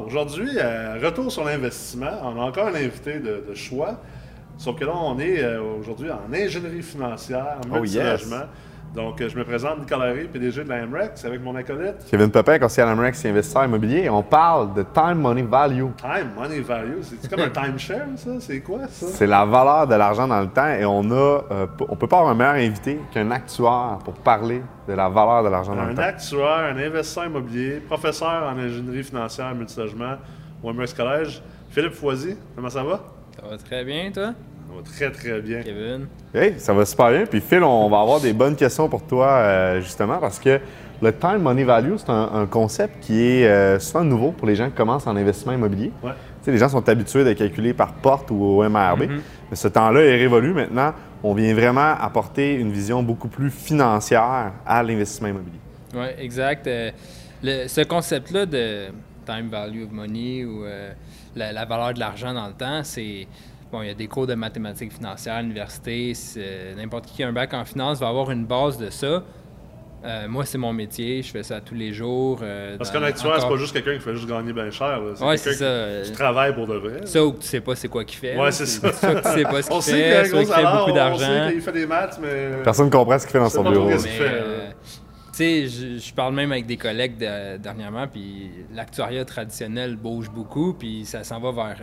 Aujourd'hui, retour sur l'investissement. On a encore un invité de choix. Sauf que là, on est aujourd'hui en ingénierie financière, en multilogement. Donc, je me présente, Nicolas Harry, PDG de la MREX, avec mon acolyte. Kevin Pepin, conseiller à la MREX et investisseur immobilier. Et on parle de time money value. Time money value, c'est comme un timeshare, ça? C'est quoi, ça? C'est la valeur de l'argent dans le temps. Et on peut pas avoir un meilleur invité qu'un actuaire pour parler de la valeur de l'argent dans le temps. Un actuaire, un investisseur immobilier, professeur en ingénierie financière, multilogement au MREX Collège. Philippe Foisy, comment ça va? Ça va très bien, toi? Ça va très, très bien. Kevin? Hey, ça va super bien. Puis Phil, on va avoir des bonnes questions pour toi, justement, parce que le time money value, c'est un concept qui est souvent nouveau pour les gens qui commencent en investissement immobilier. Ouais. Tu sais, les gens sont habitués de calculer par porte ou au MRB. Mais ce temps-là est révolu maintenant. On vient vraiment apporter une vision beaucoup plus financière à l'investissement immobilier. Oui, exact. Ce concept-là de time value of money ou la valeur de l'argent dans le temps, c'est... Bon, il y a des cours de mathématiques financières à l'université. N'importe qui a un bac en finance va avoir une base de ça. Moi, c'est mon métier. Je fais ça tous les jours. Parce qu'un actuaire, c'est pas juste quelqu'un qui fait juste gagner bien cher. C'est quelqu'un qui travaille pour de vrai. Ça, ou que tu sais pas c'est quoi qu'il fait. Ouais, c'est ça. Soit que tu sais pas ce qu'il fait, qu'il soit qu'il fait beaucoup d'argent. On sait qu'il fait des maths, mais... Personne ne comprend ce qu'il fait dans son bureau. Qu'est-ce qu'il fait. Tu sais, je parle même avec des collègues dernièrement, puis l'actuariat traditionnel bouge beaucoup, puis ça s'en va vers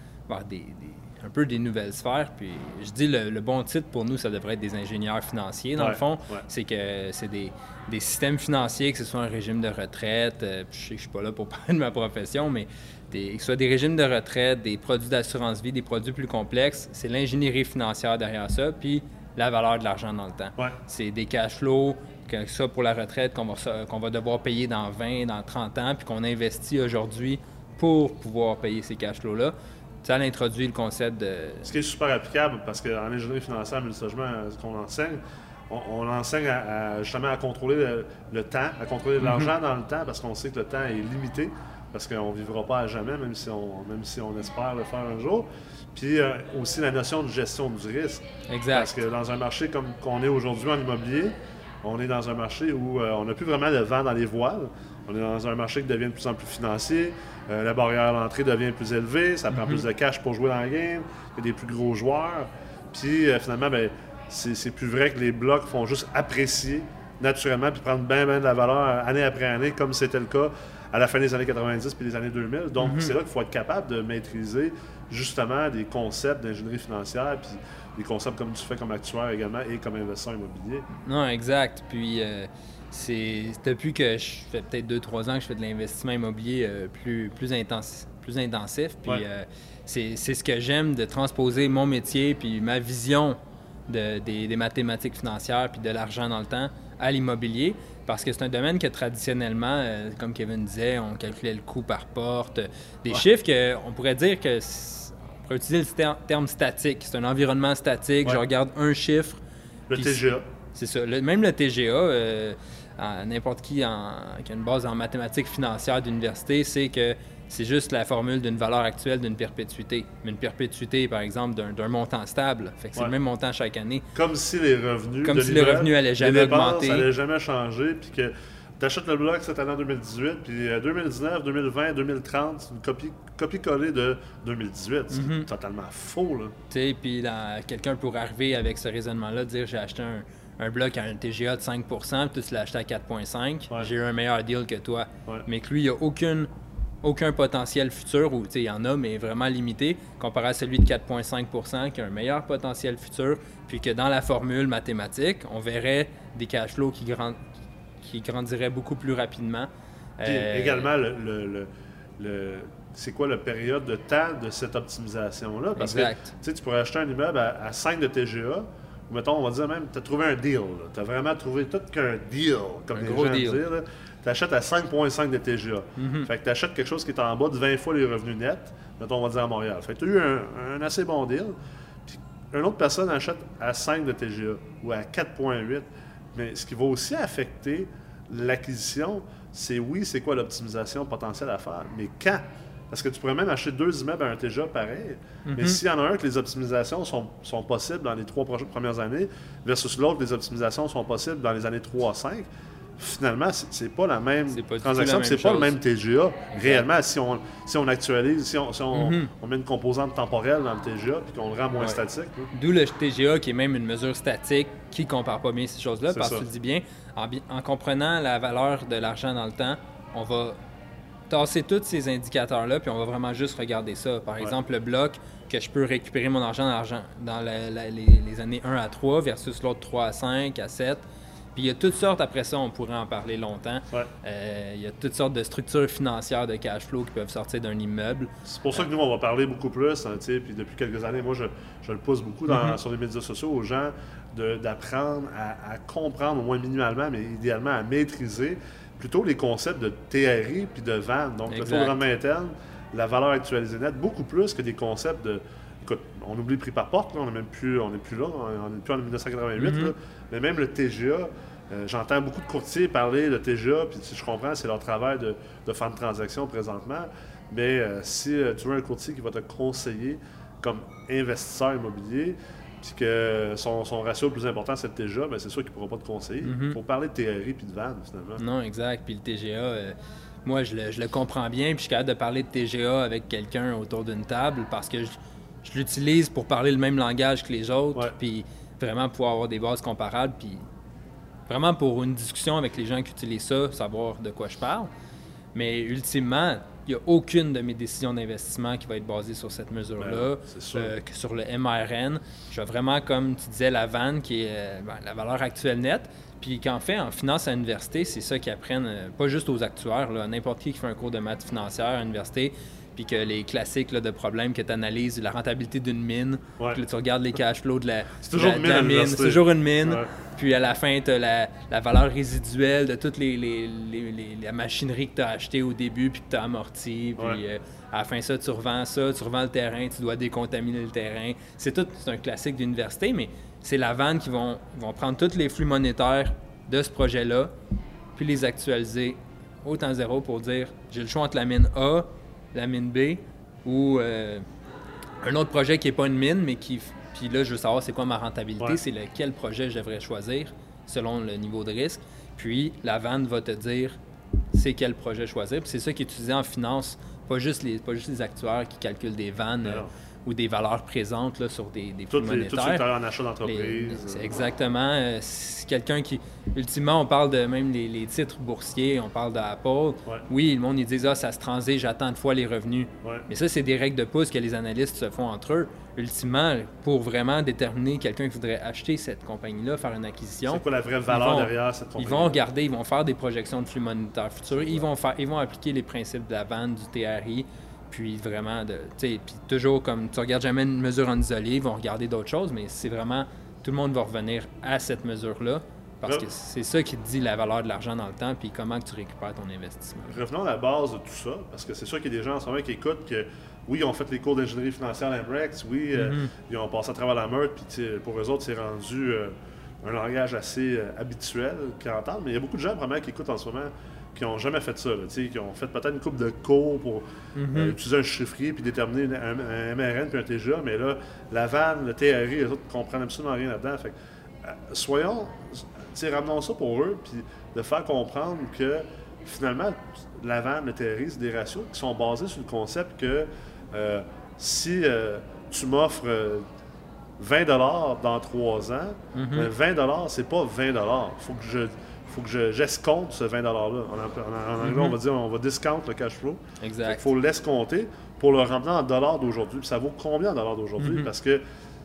un peu des nouvelles sphères. Puis je dis le bon titre pour nous, ça devrait être des ingénieurs financiers, dans le fond. Ouais. C'est que c'est des systèmes financiers, que ce soit un régime de retraite, je sais que je ne suis pas là pour parler de ma profession, mais que ce soit des régimes de retraite, des produits d'assurance-vie, des produits plus complexes, c'est l'ingénierie financière derrière ça, puis la valeur de l'argent dans le temps. Ouais. C'est des cash flows, que ça pour la retraite, qu'on va devoir payer dans 20, dans 30 ans, puis qu'on investit aujourd'hui pour pouvoir payer ces cash flows-là. Ça introduit le concept de... Ce qui est super applicable, parce qu'en ingénierie financière, multilogement, ce qu'on enseigne, on enseigne justement à contrôler le temps, à contrôler l'argent dans le temps, parce qu'on sait que le temps est limité, parce qu'on ne vivra pas à jamais, même si on espère le faire un jour. Puis aussi la notion de gestion du risque. Exact. Parce que dans un marché comme qu'on est aujourd'hui en immobilier, on est dans un marché où on n'a plus vraiment de vent dans les voiles. On est dans un marché qui devient de plus en plus financier. La barrière à l'entrée devient plus élevée. Ça prend plus de cash pour jouer dans la game. Il y a des plus gros joueurs. Puis finalement, c'est plus vrai que les blocs font juste apprécier naturellement puis prendre bien de la valeur année après année, comme c'était le cas à la fin des années 90 puis des années 2000. Donc, c'est là qu'il faut être capable de maîtriser justement des concepts d'ingénierie financière puis des concepts comme tu fais comme actuaire également et comme investisseur immobilier. Non, exact. Puis... c'est depuis que je fais peut-être 2-3 ans que je fais de l'investissement immobilier plus intensif. Puis c'est ce que j'aime, de transposer mon métier puis ma vision des mathématiques financières puis de l'argent dans le temps à l'immobilier. Parce que c'est un domaine que traditionnellement, comme Kevin disait, on calculait le coût par porte. Des chiffres qu'on pourrait dire que... On pourrait utiliser le terme statique. C'est un environnement statique. Je regarde un chiffre. Le TGA. C'est ça. Même le TGA... n'importe qui qui a une base en mathématiques financières d'université, c'est que c'est juste la formule d'une valeur actuelle d'une perpétuité. Mais une perpétuité, par exemple, d'un montant stable. Fait que c'est le même montant chaque année. Comme si les revenus n'allaient jamais augmenter. Ça n'allait jamais changer. Puis que tu achètes le bloc cette année en 2018, puis 2019, 2020, 2030, c'est une copie-collée de 2018. C'est totalement faux, là. Tu sais, puis quelqu'un pourrait arriver avec ce raisonnement-là, dire j'ai acheté un bloc à un TGA de 5 puis toi, tu l'as acheté à 4,5 j'ai eu un meilleur deal que toi. Mais que lui, il n'y a aucun potentiel futur, ou il y en a, mais vraiment limité, comparé à celui de 4,5 qui a un meilleur potentiel futur, puis que dans la formule mathématique, on verrait des cash flows qui grandiraient beaucoup plus rapidement. Puis également, c'est quoi la période de temps de cette optimisation-là? Parce que tu pourrais acheter un immeuble à 5 de TGA, ou mettons, on va dire même, tu as trouvé un deal. Tu as vraiment trouvé tout qu'un deal, comme les gens disent. Tu achètes à 5,5 de TGA. Fait que tu achètes quelque chose qui est en bas de 20 fois les revenus nets, mettons, on va dire à Montréal. Fait que tu as eu un assez bon deal. Puis une autre personne achète à 5 de TGA ou à 4,8. Mais ce qui va aussi affecter l'acquisition, c'est quoi l'optimisation potentielle à faire, mais quand? Parce que tu pourrais même acheter 2 immeubles à un TGA pareil, mais s'il y en a un que les optimisations sont possibles dans les 3 premières années, versus l'autre, les optimisations sont possibles dans les années 3 à 5, finalement, c'est pas la même transaction, c'est pas le même TGA. Réellement, si on actualise, si on met une composante temporelle dans le TGA puis qu'on le rend moins statique. D'où le TGA qui est même une mesure statique qui ne compare pas bien ces choses-là, parce que tu le dis bien, en comprenant la valeur de l'argent dans le temps, on va tasser tous ces indicateurs-là puis on va vraiment juste regarder ça. Par exemple, le bloc, que je peux récupérer mon argent dans les années 1 à 3 versus l'autre 3 à 5, à 7. Puis il y a toutes sortes, après ça, on pourrait en parler longtemps. Il y a toutes sortes de structures financières de cash flow qui peuvent sortir d'un immeuble. C'est pour ça que nous, on va parler beaucoup plus. Hein, puis depuis quelques années, moi, je le pousse beaucoup sur les médias sociaux aux gens d'apprendre à comprendre, au moins minimalement, mais idéalement à maîtriser plutôt les concepts de TRI puis de vente. Donc, le taux de rendement interne, la valeur actualisée nette, beaucoup plus que des concepts de... Écoute, on oublie le prix par porte, là, on n'est plus là, on n'est plus en 1988, là, mais même le TGA, j'entends beaucoup de courtiers parler de TGA, puis si je comprends, c'est leur travail de faire une transaction présentement, mais si tu veux un courtier qui va te conseiller comme investisseur immobilier, puis que son ratio le plus important, c'est le TGA, bien, c'est sûr qu'il ne pourra pas te conseiller. Il faut parler de TRI puis de vente, finalement. Non, exact. Puis le TGA, moi, je le comprends bien, puis je suis capable de parler de TGA avec quelqu'un autour d'une table parce que je l'utilise pour parler le même langage que les autres, puis vraiment pouvoir avoir des bases comparables, puis vraiment pour une discussion avec les gens qui utilisent ça, savoir de quoi je parle. Mais ultimement, il n'y a aucune de mes décisions d'investissement qui va être basée sur cette mesure-là, que sur le MRN. Je vais vraiment, comme tu disais, la VAN, qui est la valeur actuelle nette, puis qu'en fait, en finance à l'université, c'est ça qu'ils apprennent, pas juste aux actuaires, là, n'importe qui fait un cours de maths financière à l'université, puis que les classiques là, de problèmes que tu analyses, la rentabilité d'une mine, puis là, tu regardes les cash flows de la mine, c'est toujours une mine, puis à la fin, tu as la valeur résiduelle de toute la machinerie que tu as achetée au début, puis que tu as amorti, puis à la fin, tu revends le terrain, tu dois décontaminer le terrain. C'est un classique d'université, mais c'est la vanne qui vont prendre tous les flux monétaires de ce projet-là, puis les actualiser au temps zéro pour dire, j'ai le choix entre la mine A, la mine B, ou un autre projet qui n'est pas une mine, mais puis là, je veux savoir c'est quoi ma rentabilité, c'est lequel projet je devrais choisir selon le niveau de risque. Puis la vanne va te dire c'est quel projet choisir. Puis c'est ça qui est utilisé en finance, pas juste les actuaires qui calculent des vannes ou des valeurs présentes là, sur des flux monétaires. Tout ce qui est en achat d'entreprise. Exactement. C'est quelqu'un qui... Ultimement, on parle de même les titres boursiers, on parle d'Apple. Oui, le monde, ils disent « Ah, ça se transige, j'attends de fois les revenus. » Mais ça, c'est des règles de pouce que les analystes se font entre eux. Ultimement, pour vraiment déterminer quelqu'un qui voudrait acheter cette compagnie-là, faire une acquisition... C'est quoi la vraie valeur derrière cette compagnie? Ils vont regarder, ils vont faire des projections de flux monétaires futurs. Ils vont appliquer les principes de la vente, du TRI. Puis vraiment, puis toujours comme tu regardes jamais une mesure en isolé, ils vont regarder d'autres choses, mais c'est vraiment, tout le monde va revenir à cette mesure-là, parce que c'est ça qui te dit la valeur de l'argent dans le temps, puis comment que tu récupères ton investissement. Revenons à la base de tout ça, parce que c'est sûr qu'il y a des gens en ce moment qui écoutent que, oui, ils ont fait les cours d'ingénierie financière à l'AMREX, oui, ils ont passé à travers la meurtre, puis pour eux autres, c'est rendu un langage assez habituel qu'ils entendent, mais il y a beaucoup de gens vraiment qui écoutent en ce moment qui n'ont jamais fait ça, là, qui ont fait peut-être une couple de cours pour utiliser un chiffrier puis déterminer un MRN puis un TGA, mais là, la vanne, le TRI, les autres ne comprennent absolument rien là-dedans. Fait ramenons ça pour eux, puis de faire comprendre que finalement, la vanne, le TRI, c'est des ratios qui sont basés sur le concept que si tu m'offres 20 $ dans 3 ans, 20 $, c'est pas 20 $. Faut que j'escompte ce 20 $-là. En anglais, on va dire, on va discount le cash flow. Exact. Il faut l'escompter pour le ramener en dollars d'aujourd'hui. Puis ça vaut combien en dollars d'aujourd'hui? Parce que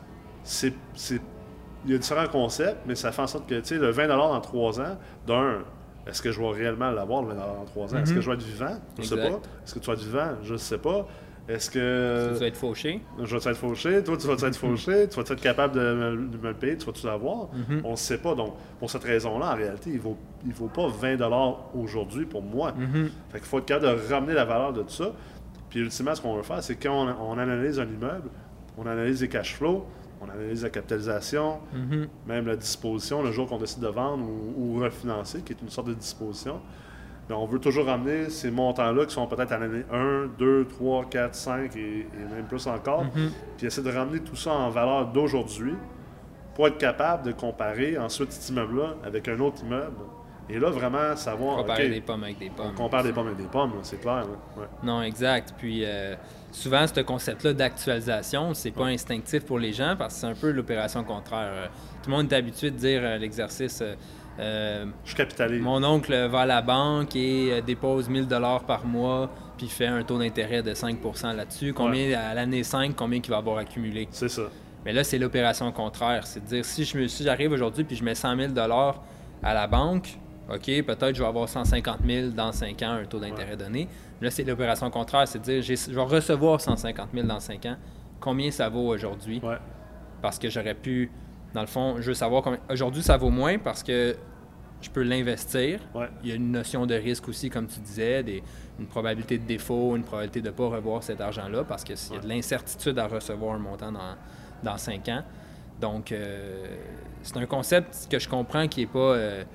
il y a différents concepts, mais ça fait en sorte que, le 20 $ dans 3 ans, est-ce que je vais réellement l'avoir, le 20 $ dans 3 ans? Est-ce que je vais être vivant? Je ne sais pas. Est-ce que tu vas être vivant? Je ne sais pas. Est-ce que... Tu vas être fauché? Je vais être fauché. Toi, tu vas être fauché. Tu vas être capable de me le payer. Tu vas tout avoir. On ne sait pas. Donc, pour cette raison-là, en réalité, il ne vaut pas 20 $ aujourd'hui pour moi. Fait qu'il faut être capable de ramener la valeur de tout ça. Puis, ultimement, ce qu'on veut faire, c'est quand on analyse un immeuble, on analyse les cash flows, on analyse la capitalisation, même la disposition, le jour qu'on décide de vendre ou refinancer, qui est une sorte de disposition. Mais on veut toujours ramener ces montants-là qui sont peut-être à l'année 1, 2, 3, 4, 5 et même plus encore. Puis essayer de ramener tout ça en valeur d'aujourd'hui pour être capable de comparer ensuite cet immeuble-là avec un autre immeuble Et là, vraiment, savoir... Comparer des pommes avec des pommes. On compare des pommes avec des pommes, c'est clair. Ouais. Non, exact. Puis souvent, ce concept-là d'actualisation, c'est pas instinctif pour les gens parce que c'est un peu l'opération contraire. Tout le monde est habitué de dire l'exercice... je capitalise. Mon oncle va à la banque et dépose 1 000 $ par mois, puis fait un taux d'intérêt de 5 % là-dessus. Combien à l'année 5, combien il va avoir accumulé? C'est ça. Mais là, c'est l'opération contraire. C'est de dire, si j'arrive aujourd'hui puis je mets 100 000 $ à la banque, OK, peut-être je vais avoir 150 000 dans 5 ans, un taux d'intérêt donné. Là, c'est l'opération contraire. C'est de dire, je vais recevoir 150 000 dans 5 ans. Combien ça vaut aujourd'hui? Ouais. Parce que j'aurais pu... Dans le fond, je veux savoir combien... Aujourd'hui, ça vaut moins parce que je peux l'investir. Ouais. Il y a une notion de risque aussi, comme tu disais, une probabilité de défaut, une probabilité de ne pas revoir cet argent-là parce qu'il y a de l'incertitude à recevoir un montant dans 5 ans. Donc, c'est un concept que je comprends qui n'est pas...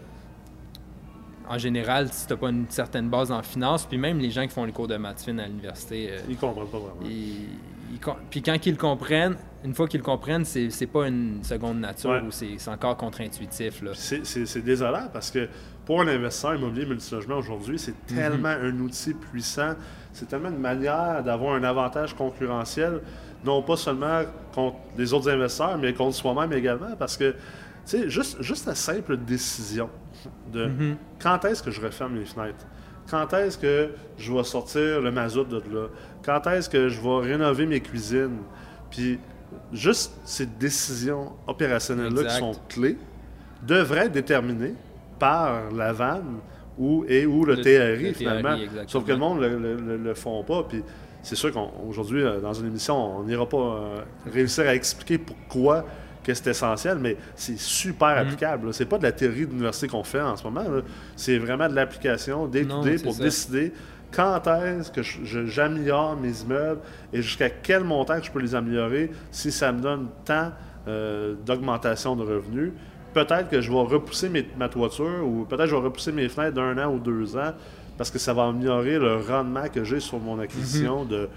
en général, si tu n'as pas une certaine base en finance, puis même les gens qui font les cours de maths fine à l'université... ils ne comprennent pas vraiment. Puis quand ils le comprennent, une fois qu'ils le comprennent, c'est pas une seconde nature ou c'est encore contre-intuitif. C'est désolant parce que pour un investisseur immobilier multilogement aujourd'hui, c'est tellement un outil puissant, c'est tellement une manière d'avoir un avantage concurrentiel, non pas seulement contre les autres investisseurs, mais contre soi-même également. Parce que, tu sais, juste la simple décision de quand est-ce que je referme les fenêtres? Quand est-ce que je vais sortir le mazout de là? Quand est-ce que je vais rénover mes cuisines? Puis juste ces décisions opérationnelles-là qui sont clés devraient être déterminées par la vanne ou le TRI, finalement. Sauf que le monde ne le font pas. Puis c'est sûr qu'aujourd'hui, dans une émission, on n'ira pas réussir à expliquer pourquoi que c'est essentiel, mais c'est super applicable. C'est pas de la théorie d'université qu'on fait en ce moment. C'est vraiment de l'application day-to-day pour décider quand est-ce que j'améliore mes immeubles et jusqu'à quel montant que je peux les améliorer si ça me donne tant d'augmentation de revenus. Peut-être que je vais repousser ma toiture ou peut-être que je vais repousser mes fenêtres d'1 an ou 2 ans parce que ça va améliorer le rendement que j'ai sur mon acquisition de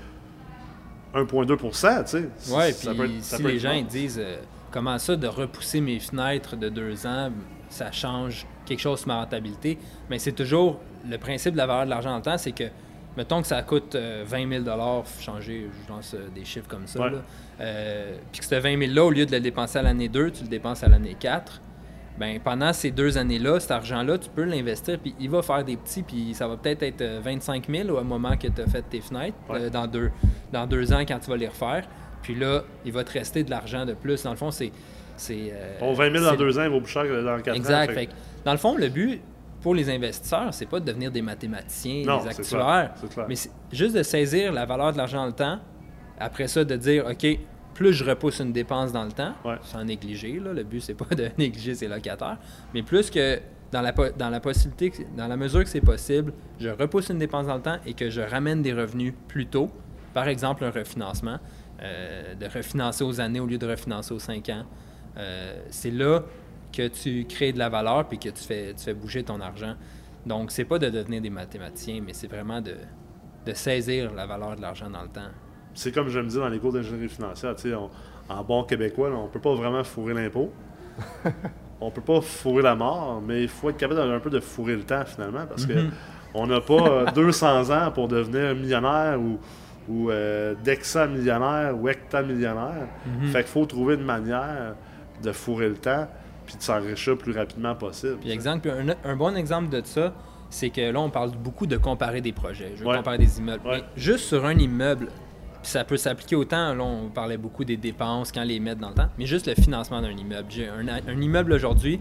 1,2 %. Oui, puis si les gens ils disent comment ça de repousser mes fenêtres de 2 ans, ça change quelque chose sur ma rentabilité, mais c'est toujours le principe de la valeur de l'argent dans le temps, c'est que mettons que ça coûte 20 000 changer, je lance des chiffres comme ça, puis que ce 20 000 $-là, au lieu de le dépenser à l'année 2, tu le dépenses à l'année 4, bien, pendant ces 2 années-là, cet argent-là, tu peux l'investir, puis il va faire des petits, puis ça va peut-être être 25 000 au moment que tu as fait tes fenêtres, dans 2 ans quand tu vas les refaire. Puis là, il va te rester de l'argent de plus. Dans le fond, c'est 20 000 dans 2 ans, il vaut plus cher que dans 4 ans. Exact. Fait que, dans le fond, le but pour les investisseurs, c'est pas de devenir des mathématiciens, des actuaires, mais c'est juste de saisir la valeur de l'argent dans le temps. Après ça, de dire, OK, plus je repousse une dépense dans le temps, sans négliger, là, le but, c'est pas de négliger ses locataires, mais plus que dans la possibilité, dans la mesure que c'est possible, je repousse une dépense dans le temps et que je ramène des revenus plus tôt. Par exemple, un refinancement. De refinancer aux années au lieu de refinancer aux 5 ans. C'est là que tu crées de la valeur puis que tu fais bouger ton argent. Donc, c'est pas de devenir des mathématiciens, mais c'est vraiment de saisir la valeur de l'argent dans le temps. C'est comme je me dis dans les cours d'ingénierie financière, en bon québécois, là, on peut pas vraiment fourrer l'impôt. On peut pas fourrer la mort, mais il faut être capable un peu de fourrer le temps, finalement, parce que on n'a pas 200 ans pour devenir millionnaire ou d'hexamillionnaire ou hectamillionnaire. Fait qu'il faut trouver une manière de fourrer le temps puis de s'enrichir le plus rapidement possible. Puis un bon exemple de ça, c'est que là, on parle beaucoup de comparer des projets. Je veux comparer des immeubles. Mais juste sur un immeuble, puis ça peut s'appliquer autant, là, on parlait beaucoup des dépenses, quand les mettre dans le temps, mais juste le financement d'un immeuble. J'ai un immeuble aujourd'hui,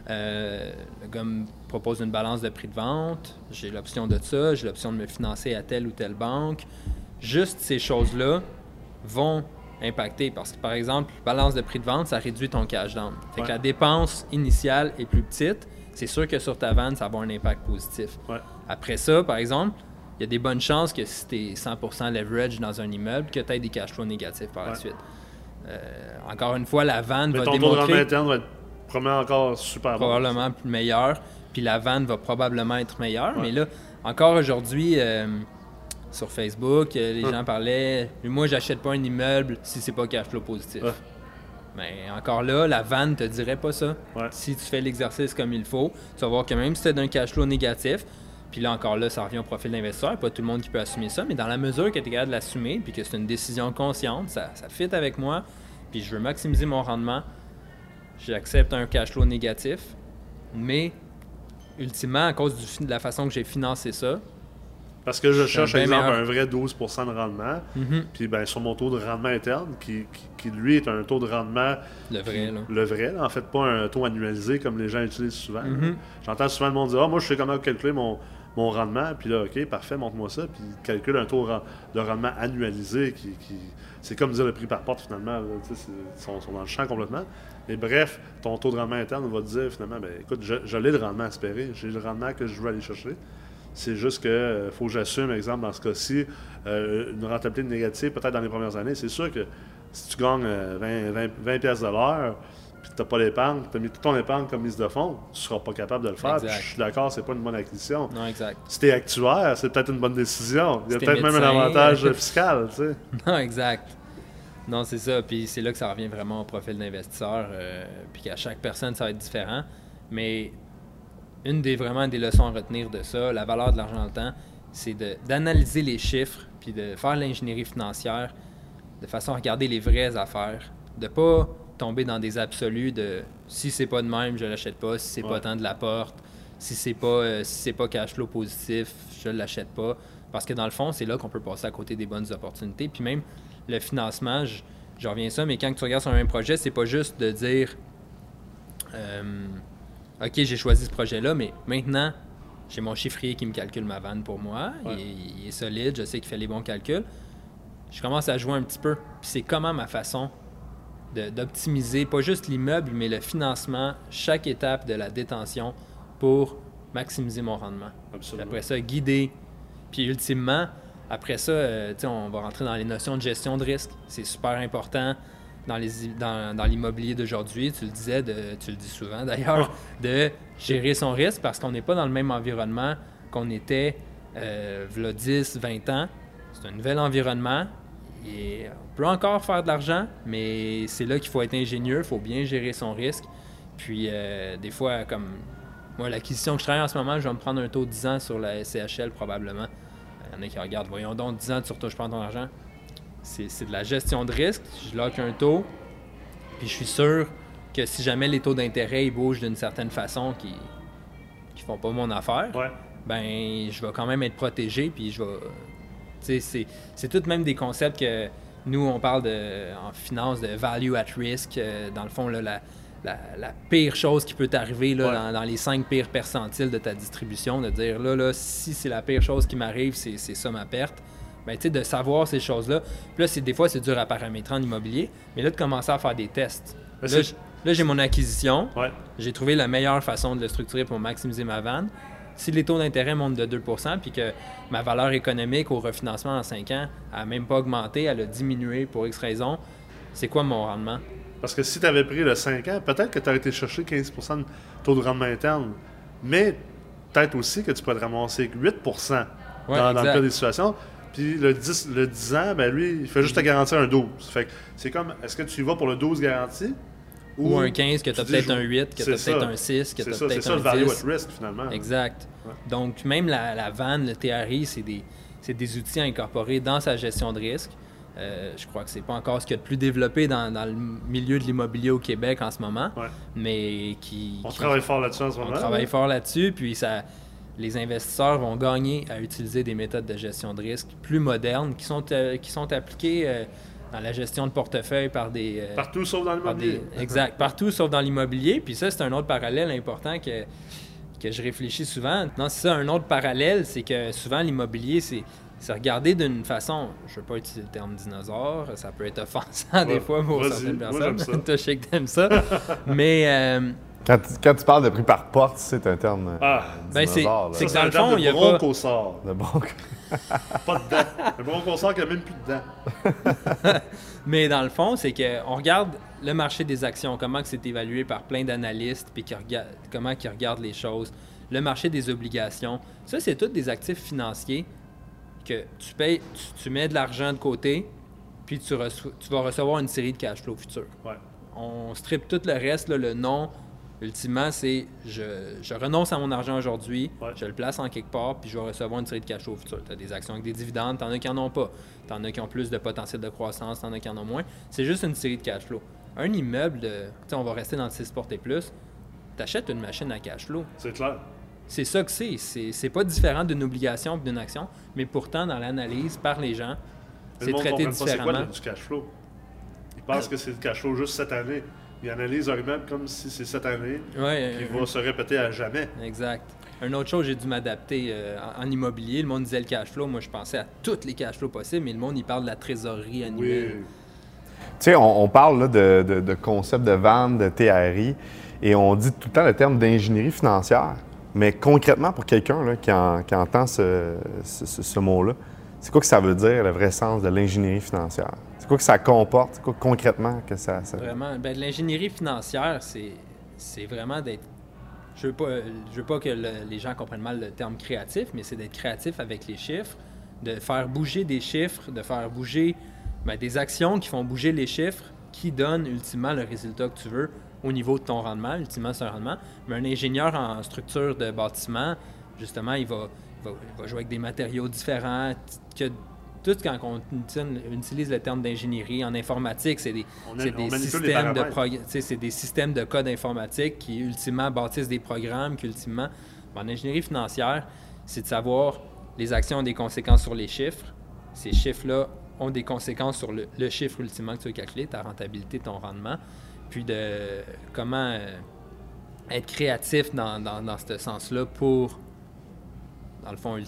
le gars me propose une balance de prix de vente, j'ai l'option de ça, j'ai l'option de me financer à telle ou telle banque. Juste ces choses-là vont impacter parce que, par exemple, balance de prix de vente, ça réduit ton cash down. Fait que la dépense initiale est plus petite. C'est sûr que sur ta vente, ça va avoir un impact positif. Après ça, par exemple, il y a des bonnes chances que si tu es 100% leverage dans un immeuble, que tu aies des cash flows négatifs par la suite. Encore une fois, la vente va démontrer... ton taux de rendement interne va être probablement encore super bon. Probablement plus meilleur. Puis la vente va probablement être meilleure. Mais là, encore aujourd'hui... sur Facebook, les gens parlaient « Moi, j'achète pas un immeuble si c'est pas cash flow positif. » Mais encore là, la vanne ne te dirait pas ça. Ouais. Si tu fais l'exercice comme il faut, tu vas voir que même si tu as d'un cash flow négatif, puis là encore là, ça revient au profil d'investisseur, pas tout le monde qui peut assumer ça, mais dans la mesure que tu es capable de l'assumer, puis que c'est une décision consciente, ça fit avec moi, puis je veux maximiser mon rendement, j'accepte un cash flow négatif, mais ultimement, à cause de la façon que j'ai financé ça, parce que je cherche, par exemple, meilleur. un vrai 12 de rendement. Puis ben, sur mon taux de rendement interne, qui lui est un taux de rendement... Le vrai, là, en fait, pas un taux annualisé comme les gens utilisent souvent. J'entends souvent le monde dire « Ah, moi, je sais comment calculer mon rendement. » Puis là, OK, parfait, montre-moi ça. Puis il calcule un taux de rendement annualisé c'est comme dire le prix par porte, finalement. Là, ils sont dans le champ complètement. Et bref, ton taux de rendement interne va te dire, finalement, ben écoute, je l'ai le rendement espéré. J'ai le rendement que je veux aller chercher. C'est juste que faut que j'assume, exemple, dans ce cas-ci, une rentabilité négative peut-être dans les premières années. C'est sûr que si tu gagnes 20 piastres de l'heure, puis que tu n'as pas l'épargne, tu as mis toute ton épargne comme mise de fonds, tu ne seras pas capable de le faire. Je suis d'accord, c'est pas une bonne acquisition. Non, exact. Si tu es actuaire, c'est peut-être une bonne décision. Il y a peut-être même un avantage fiscal, tu sais. Non, exact. Non, c'est ça. Puis c'est là que ça revient vraiment au profil d'investisseur. Puis qu'à chaque personne, ça va être différent. Mais une des leçons à retenir de ça, la valeur de l'argent dans le temps, c'est d'analyser les chiffres, puis de faire l'ingénierie financière de façon à regarder les vraies affaires, de pas tomber dans des absolus de si c'est pas de même, je l'achète pas, si c'est pas tant de la porte, si c'est pas cash flow positif, je l'achète pas. Parce que dans le fond, c'est là qu'on peut passer à côté des bonnes opportunités. Puis même le financement, je reviens à ça, mais quand tu regardes sur un même projet, c'est pas juste de dire OK, j'ai choisi ce projet-là, mais maintenant, j'ai mon chiffrier qui me calcule ma vanne pour moi. Ouais. Il est solide, je sais qu'il fait les bons calculs. Je commence à jouer un petit peu. Puis c'est comment ma façon d'optimiser, pas juste l'immeuble, mais le financement, chaque étape de la détention pour maximiser mon rendement. Absolument. Après ça, guider. Puis ultimement, après ça, on va rentrer dans les notions de gestion de risque. C'est super important. Dans l'immobilier d'aujourd'hui, tu le disais, tu le dis souvent d'ailleurs, de gérer son risque parce qu'on n'est pas dans le même environnement qu'on était v'là 10, 20 ans. C'est un nouvel environnement et on peut encore faire de l'argent, mais c'est là qu'il faut être ingénieux, il faut bien gérer son risque. Puis des fois, comme moi, l'acquisition que je travaille en ce moment, je vais me prendre un taux de 10 ans sur la SCHL probablement. Il y en a qui regardent, voyons donc, 10 ans, tu retouches pas ton argent. C'est de la gestion de risque. Je lock un taux, puis je suis sûr que si jamais les taux d'intérêt ils bougent d'une certaine façon qui font pas mon affaire, ben je vais quand même être protégé, puis je vais... C'est tout de même des concepts que nous, on parle en finance de « value at risk ». Dans le fond, là, la pire chose qui peut t'arriver dans les 5 pires percentiles de ta distribution, de dire là si c'est la pire chose qui m'arrive, c'est ça ma perte. Ben, tu sais, de savoir ces choses-là. Puis là, des fois, c'est dur à paramétrer en immobilier, mais là, de commencer à faire des tests. Là, j'ai mon acquisition. Ouais. J'ai trouvé la meilleure façon de le structurer pour maximiser ma vanne. Si les taux d'intérêt montent de 2 % puis que ma valeur économique au refinancement en 5 ans n'a même pas augmenté, elle a diminué pour X raison, c'est quoi mon rendement? Parce que si tu avais pris le 5 ans, peut-être que tu aurais été chercher 15 % de taux de rendement interne, mais peut-être aussi que tu pourrais te ramasser 8 % dans le cas des situations. Puis le 10 ans, ben lui, il fait juste te garantir un 12. Fait que c'est comme, est-ce que tu y vas pour le 12 garanti? Ou un 15, que tu as peut-être un 8, que tu as peut-être un 6, que tu as peut-être un 10. C'est ça, le value at risk, finalement. Exact. Ouais. Donc, même la vanne, le TRI, c'est des outils à incorporer dans sa gestion de risque. Je crois que c'est pas encore ce qu'il y a de plus développé dans le milieu de l'immobilier au Québec en ce moment, mais on travaille fort là-dessus en ce moment. On travaille fort là-dessus, puis les investisseurs vont gagner à utiliser des méthodes de gestion de risque plus modernes qui sont appliquées dans la gestion de portefeuille par des... partout sauf dans l'immobilier. Exact, partout sauf dans l'immobilier. Puis ça, c'est un autre parallèle important que je réfléchis souvent. Non, c'est ça, un autre parallèle, c'est que souvent l'immobilier, c'est regardé d'une façon... Je ne veux pas utiliser le terme dinosaure, ça peut être offensant des fois pour certaines personnes. Toi, je sais que t'aimes ça. Mais... Quand tu parles de prix par porte, c'est un terme dinosaure. C'est que dans le fond, il y a bronchosaure. Pas de dents. Un bronchosaure qui n'a même plus de dents. Mais dans le fond, c'est qu'on regarde le marché des actions, comment c'est évalué par plein d'analystes, puis comment ils regardent les choses. Le marché des obligations. Ça, c'est tous des actifs financiers que tu payes, tu mets de l'argent de côté, puis tu vas recevoir une série de cash flow futurs. Ouais. on strip tout le reste, là, le non. Ultimement, c'est je renonce à mon argent aujourd'hui, je le place en quelque part, puis je vais recevoir une série de cash flow au futur. Tu as des actions avec des dividendes, tu en as qui n'en ont pas. Tu en as qui ont plus de potentiel de croissance, tu en as qui en ont moins. C'est juste une série de cash flow. Un immeuble, on va rester dans le 6 portes et plus, tu achètes une machine à cash flow. C'est clair. C'est ça que c'est. C'est pas différent d'une obligation que d'une action, mais pourtant, dans l'analyse, par les gens, c'est traité différemment. C'est quoi du cash flow? Ils pensent que c'est le cash flow juste cette année. Ils analysent leur immeuble comme si c'est cette année qui va se répéter à jamais. Exact. Une autre chose, j'ai dû m'adapter en immobilier. Le monde disait le cash flow. Moi, je pensais à tous les cash flows possibles, mais le monde, il parle de la trésorerie annuelle. Oui. Tu sais, on parle là, de concept de vente, de TRI, et on dit tout le temps le terme d'ingénierie financière. Mais concrètement, pour quelqu'un là, qui entend ce mot-là, c'est quoi que ça veut dire, le vrai sens de l'ingénierie financière? C'est quoi que ça comporte? C'est quoi concrètement que ça... Vraiment, l'ingénierie financière, c'est vraiment d'être... Je veux pas que les gens comprennent mal le terme créatif, mais c'est d'être créatif avec les chiffres, de faire bouger des chiffres, de faire bouger des actions qui font bouger les chiffres, qui donnent ultimement le résultat que tu veux au niveau de ton rendement. Ultimement, c'est un rendement. Mais un ingénieur en structure de bâtiment, justement, il va jouer avec des matériaux différents, tout quand on utilise le terme d'ingénierie en informatique, c'est des systèmes de code informatique qui ultimement bâtissent des programmes, qui ultimement... En ingénierie financière, c'est de savoir les actions ont des conséquences sur les chiffres. Ces chiffres-là ont des conséquences sur le chiffre ultimement que tu veux calculer, ta rentabilité, ton rendement, puis de comment être créatif dans ce sens-là pour, dans le fond,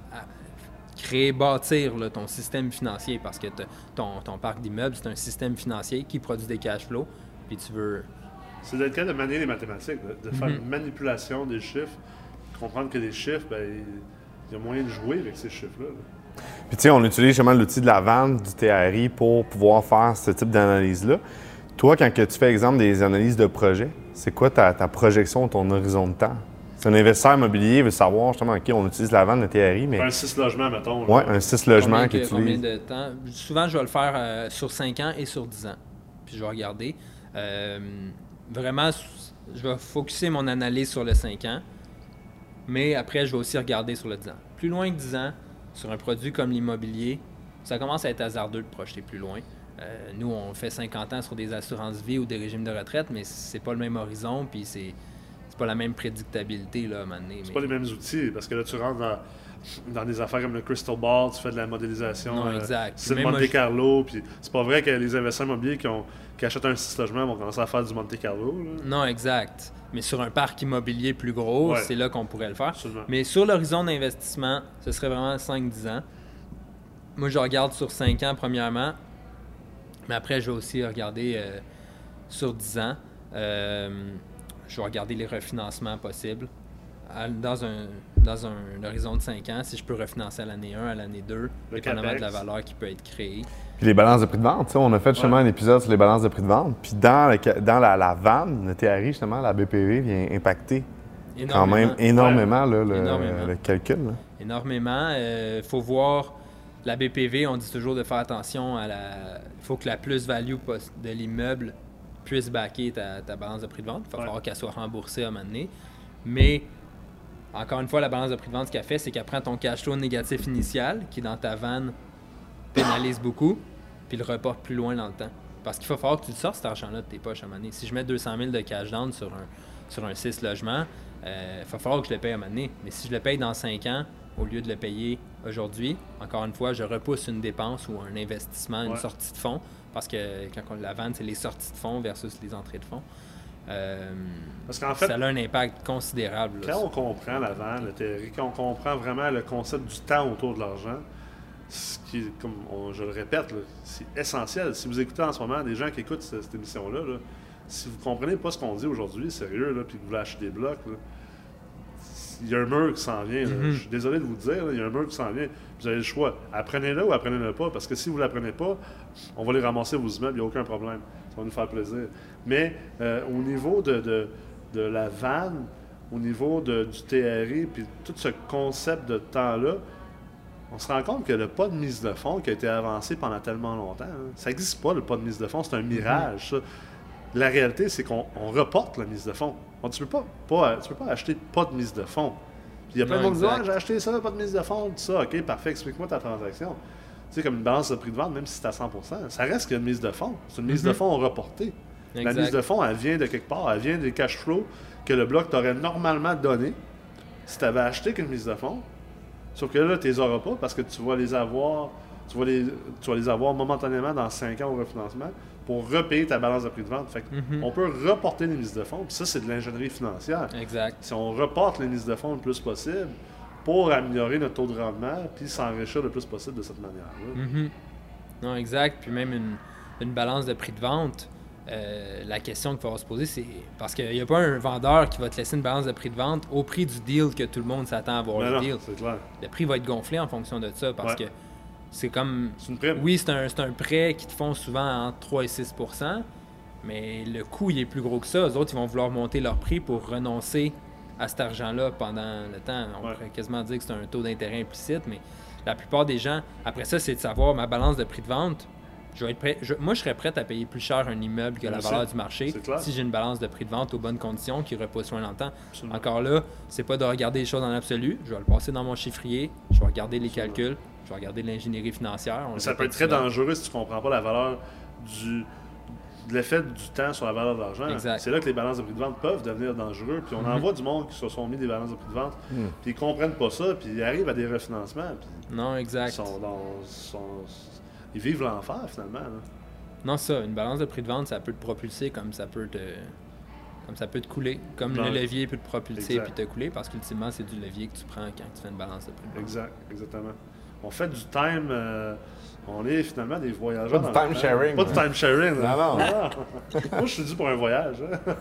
bâtir là, ton système financier, parce que ton parc d'immeubles, c'est un système financier qui produit des cash flows, puis tu veux... C'est le cas de manier les mathématiques, de faire une manipulation des chiffres, comprendre que les chiffres, il y a moyen de jouer avec ces chiffres-là. Puis tu sais, on utilise justement l'outil de la vente, du TRI, pour pouvoir faire ce type d'analyse-là. Toi, quand tu fais, exemple, des analyses de projet, c'est quoi ta projection, ton horizon de temps? C'est un investisseur immobilier veut savoir justement, OK, on utilise la vente de TRI, mais... Un 6 logements, mettons. Oui, un 6 logements que tu Combien de temps? Souvent, je vais le faire sur 5 ans et sur 10 ans. Puis je vais regarder. Vraiment, je vais focusser mon analyse sur le 5 ans, mais après, je vais aussi regarder sur le 10 ans. Plus loin que 10 ans, sur un produit comme l'immobilier, ça commence à être hasardeux de projeter plus loin. Nous, on fait 50 ans sur des assurances-vie ou des régimes de retraite, mais c'est pas le même horizon, puis c'est pas la même prédictabilité, là, à un moment donné. C'est pas les mêmes outils, parce que là, tu rentres dans des affaires comme le Crystal Ball, tu fais de la modélisation. Non, exact. C'est le Monte Carlo, puis c'est pas vrai que les investisseurs immobiliers qui achètent un 6 logements vont commencer à faire du Monte Carlo. Là. Non, exact. Mais sur un parc immobilier plus gros, c'est là qu'on pourrait le faire. Absolument. Mais sur l'horizon d'investissement, ce serait vraiment 5-10 ans. Moi, je regarde sur 5 ans, premièrement. Mais après, je vais aussi regarder sur 10 ans. Je vais regarder les refinancements possibles. Dans un horizon de 5 ans, si je peux refinancer à l'année 1, à l'année 2, dépendamment de la valeur qui peut être créée. Puis les balances de prix de vente, on a fait justement un épisode sur les balances de prix de vente. Puis dans la vente, le TRI, justement, la BPV vient impacter quand même énormément, le calcul. Là. Énormément. Il faut voir la BPV, on dit toujours de faire attention à il faut que la plus-value de l'immeuble puisse backer ta balance de prix de vente. Il va falloir qu'elle soit remboursée à un moment donné. Mais, encore une fois, la balance de prix de vente, ce qu'elle fait, c'est qu'elle prend ton cash flow négatif initial, qui dans ta vanne pénalise beaucoup, puis le reporte plus loin dans le temps. Parce qu'il va falloir que tu sortes cet argent-là de tes poches à un moment donné. Si je mets 200 000 de cash down sur un 6 logements, il va falloir que je le paye à un moment donné. Mais si je le paye dans 5 ans, au lieu de le payer aujourd'hui, encore une fois, je repousse une dépense ou un investissement, une sortie de fonds, parce que quand la vente, c'est les sorties de fonds versus les entrées de fonds. Parce qu'en fait, ça a un impact considérable. Quand on comprend la vente, le TRI, quand on comprend vraiment le concept du temps autour de l'argent, ce qui, comme je le répète, là, c'est essentiel. Si vous écoutez en ce moment des gens qui écoutent cette émission-là, là, si vous ne comprenez pas ce qu'on dit aujourd'hui, sérieux, là, puis que vous voulez acheter des blocs, là, il y a un mur qui s'en vient. Je suis désolé de vous le dire, là, il y a un mur qui s'en vient. Vous avez le choix. Apprenez-le ou apprenez-le pas, parce que si vous ne l'apprenez pas, on va les ramasser vos immeubles, il n'y a aucun problème. Ça va nous faire plaisir. Mais au niveau de la vanne, au niveau du TRI, puis tout ce concept de temps-là, on se rend compte que le pas de mise de fonds qui a été avancé pendant tellement longtemps, ça n'existe pas, le pas de mise de fonds, c'est un mirage, ça. la réalité, c'est qu'on reporte la mise de fonds. Tu peux pas acheter pas de mise de fonds. Puis il y a plein de monde qui disent « j'ai acheté ça, pas de mise de fonds, tout ça. » OK, parfait, explique-moi ta transaction. Tu sais, comme une balance de prix de vente, même si c'est à 100%, ça reste qu'une mise de fonds. C'est une mise de fonds reportée. La mise de fonds, elle vient de quelque part. Elle vient des cash flows que le bloc t'aurait normalement donné si tu avais acheté qu'une mise de fonds. Sauf que là, tu les auras pas parce que tu vas les avoir momentanément dans 5 ans au refinancement pour repayer ta balance de prix de vente. Fait on peut reporter les mises de fonds, puis ça, c'est de l'ingénierie financière. Exact. Si on reporte les mises de fonds le plus possible pour améliorer notre taux de rendement puis s'enrichir le plus possible de cette manière-là. Non, exact. Puis même une balance de prix de vente, la question qu'il faut se poser, c'est parce qu'il n'y a pas un vendeur qui va te laisser une balance de prix de vente au prix du deal que tout le monde s'attend à avoir le deal. C'est clair. Le prix va être gonflé en fonction de ça parce que c'est comme... C'est une prime. Oui, c'est un prêt qui te font souvent entre 3 et 6 %, mais le coût, il est plus gros que ça. Eux autres, ils vont vouloir monter leur prix pour renoncer à cet argent-là pendant le temps. On pourrait quasiment dire que c'est un taux d'intérêt implicite, mais la plupart des gens, après ça, c'est de savoir ma balance de prix de vente. Moi, je serais prête à payer plus cher un immeuble que la valeur du marché si j'ai une balance de prix de vente aux bonnes conditions qui repousse loin dans le temps. Absolument. Encore là, c'est pas de regarder les choses en absolu. Je vais le passer dans mon chiffrier, je vais regarder les calculs, je vais regarder l'ingénierie financière. Ça peut être très dangereux si tu ne comprends pas la valeur de l'effet du temps sur la valeur de l'argent. C'est là que les balances de prix de vente peuvent devenir dangereux. Puis on en voit du monde qui se sont mis des balances de prix de vente, puis ils comprennent pas ça, puis ils arrivent à des refinancements. Non, exact. Ils vivent l'enfer, finalement. Là. Non, ça, une balance de prix de vente, ça peut te propulser comme ça peut te couler. Comme le levier peut te propulser puis te couler, parce qu'ultimement, c'est du levier que tu prends quand tu fais une balance de prix de vente. Exactement. On fait du time... on est finalement des voyageurs. Pas du time sharing. Pas du time sharing. Non. Moi, je suis dû pour un voyage.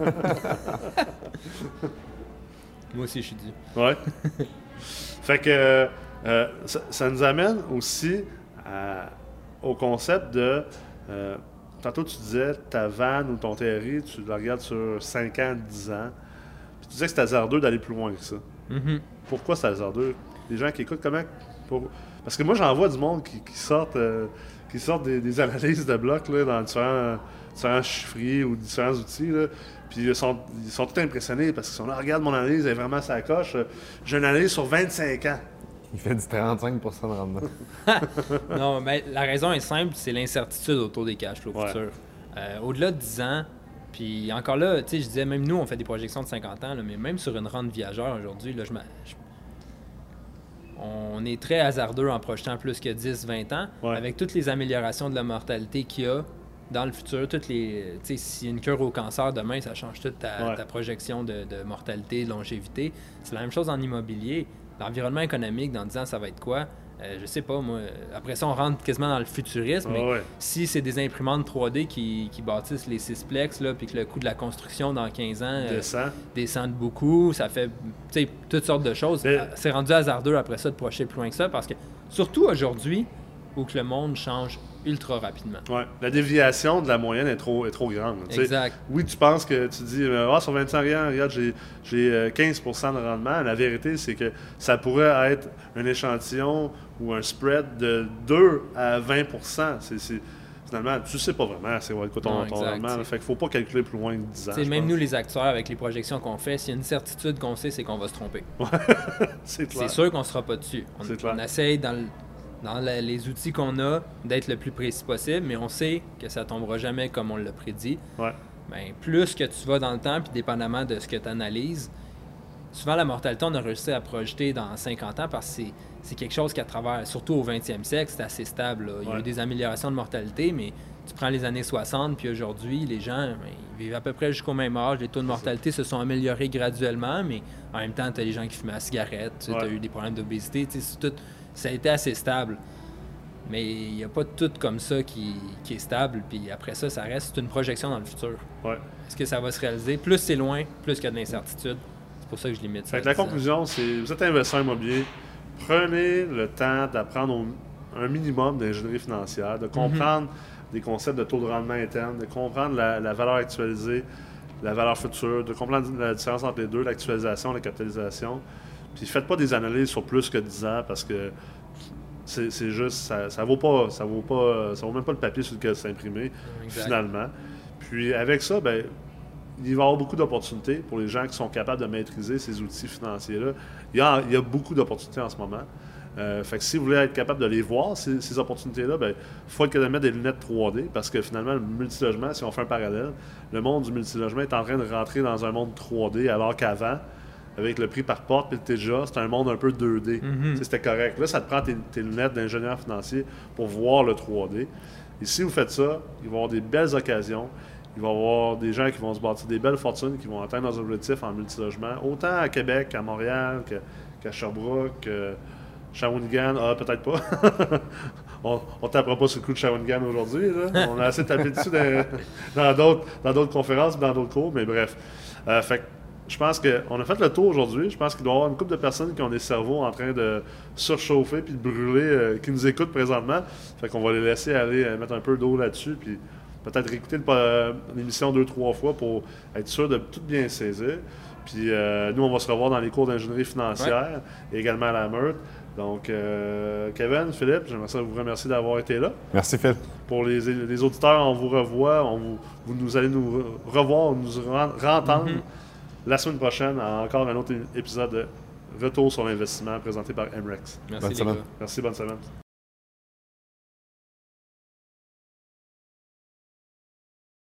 Moi aussi, je suis dû. Ouais. Fait que ça nous amène aussi au concept de... tantôt, tu disais, ta vanne ou ton TRI, tu la regardes sur 5 ans, 10 ans. Puis tu disais que c'est hasardeux d'aller plus loin que ça. Pourquoi c'est hasardeux? Les gens qui écoutent, comment... Parce que moi, j'en vois du monde qui sortent des analyses de blocs là, dans différents chiffriers ou différents outils. Là, puis ils sont tout impressionnés parce qu'ils sont là, regarde mon analyse, elle est vraiment sa coche. J'ai une analyse sur 25 ans. Il fait du 35 % de rendement. Non, mais la raison est simple, c'est l'incertitude autour des cash flows futurs. Au-delà de 10 ans, puis encore là, tu sais, je disais, même nous, on fait des projections de 50 ans, là, mais même sur une rente viageur aujourd'hui, là, on est très hasardeux en projetant plus que 10-20 ans, avec toutes les améliorations de la mortalité qu'il y a dans le futur. S'il y a une cure au cancer demain, ça change toute ta projection de mortalité, de longévité. C'est la même chose en immobilier. L'environnement économique, dans 10 ans, ça va être quoi? Je sais pas, moi. Après ça, on rentre quasiment dans le futurisme. Mais si c'est des imprimantes 3D qui bâtissent les sixplex, là, puis que le coût de la construction dans 15 ans descend de beaucoup, ça fait toutes sortes de choses. C'est rendu hasardeux après ça de projeter plus loin que ça, parce que, surtout aujourd'hui, où que le monde change ultra rapidement. Ouais. La déviation de la moyenne est trop grande. Exact. Oui, tu penses que tu dis sur 25 ans, regarde, j'ai 15 % de rendement. La vérité, c'est que ça pourrait être un échantillon ou un spread de 2 à 20 %. Finalement, tu sais pas vraiment c'est quoi ton rendement. Fait qu'il faut pas calculer plus loin que 10 ans. Même nous, les actuaires, avec les projections qu'on fait, s'il y a une certitude qu'on sait, c'est qu'on va se tromper. C'est clair. C'est sûr qu'on sera pas dessus. On essaye dans les outils qu'on a, d'être le plus précis possible, mais on sait que ça tombera jamais comme on l'a prédit. Ben, plus que tu vas dans le temps, puis dépendamment de ce que tu analyses, souvent la mortalité, on a réussi à projeter dans 50 ans parce que c'est quelque chose qu'à travers, surtout au 20e siècle, c'est assez stable. Là. Il y a eu des améliorations de mortalité, mais tu prends les années 60, puis aujourd'hui, les gens, ils vivent à peu près jusqu'au même âge. Les taux de mortalité se sont améliorés graduellement, mais en même temps, tu as les gens qui fument la cigarette, tu as eu des problèmes d'obésité, ça a été assez stable. Mais il n'y a pas tout comme ça qui est stable. Puis après ça, ça reste une projection dans le futur. Est-ce que ça va se réaliser? Plus c'est loin, plus il y a de l'incertitude. C'est pour ça que je limite ça. La conclusion, c'est vous êtes investisseur immobilier, prenez le temps d'apprendre un minimum d'ingénierie financière, de comprendre des concepts de taux de rendement interne, de comprendre la valeur actualisée, la valeur future, de comprendre la différence entre les deux, l'actualisation, la capitalisation. Puis faites pas des analyses sur plus que 10 ans parce que c'est juste, ça vaut même pas le papier sur lequel c'est imprimé, finalement. Puis avec ça, ben, il va y avoir beaucoup d'opportunités pour les gens qui sont capables de maîtriser ces outils financiers-là. Il y a beaucoup d'opportunités en ce moment. Fait que si vous voulez être capable de les voir, ces opportunités-là, il faut être capable de mettre des lunettes 3D parce que finalement, le multilogement, si on fait un parallèle, le monde du multilogement est en train de rentrer dans un monde 3D alors qu'avant, avec le prix par porte et le TGA, c'était un monde un peu 2D. C'était correct. Là, ça te prend tes lunettes d'ingénieur financier pour voir le 3D. Et si vous faites ça, il va y avoir des belles occasions. Il va y avoir des gens qui vont se bâtir des belles fortunes, qui vont atteindre leurs objectifs en multilogement, autant à Québec qu'à Montréal, qu'à Sherbrooke, Shawinigan, peut-être pas. on ne tapera pas sur le coup de Shawinigan aujourd'hui. On a assez tapé dessus dans d'autres conférences, dans d'autres cours, mais bref. Fait que je pense qu'on a fait le tour aujourd'hui. Je pense qu'il doit y avoir une couple de personnes qui ont des cerveaux en train de surchauffer puis de brûler, qui nous écoutent présentement. Fait qu'on va les laisser aller mettre un peu d'eau là-dessus, puis peut-être réécouter l'émission 2-3 fois pour être sûr de tout bien saisir. Puis nous, on va se revoir dans les cours d'ingénierie financière et également à la Meurthe. Donc, Kevin, Philippe, j'aimerais ça vous remercier d'avoir été là. Merci, Phil. Pour les auditeurs, on vous revoit. Vous allez nous revoir, nous entendre la semaine prochaine à encore un autre épisode de Retour sur l'investissement présenté par MREX. Merci, les gars. Merci, bonne semaine.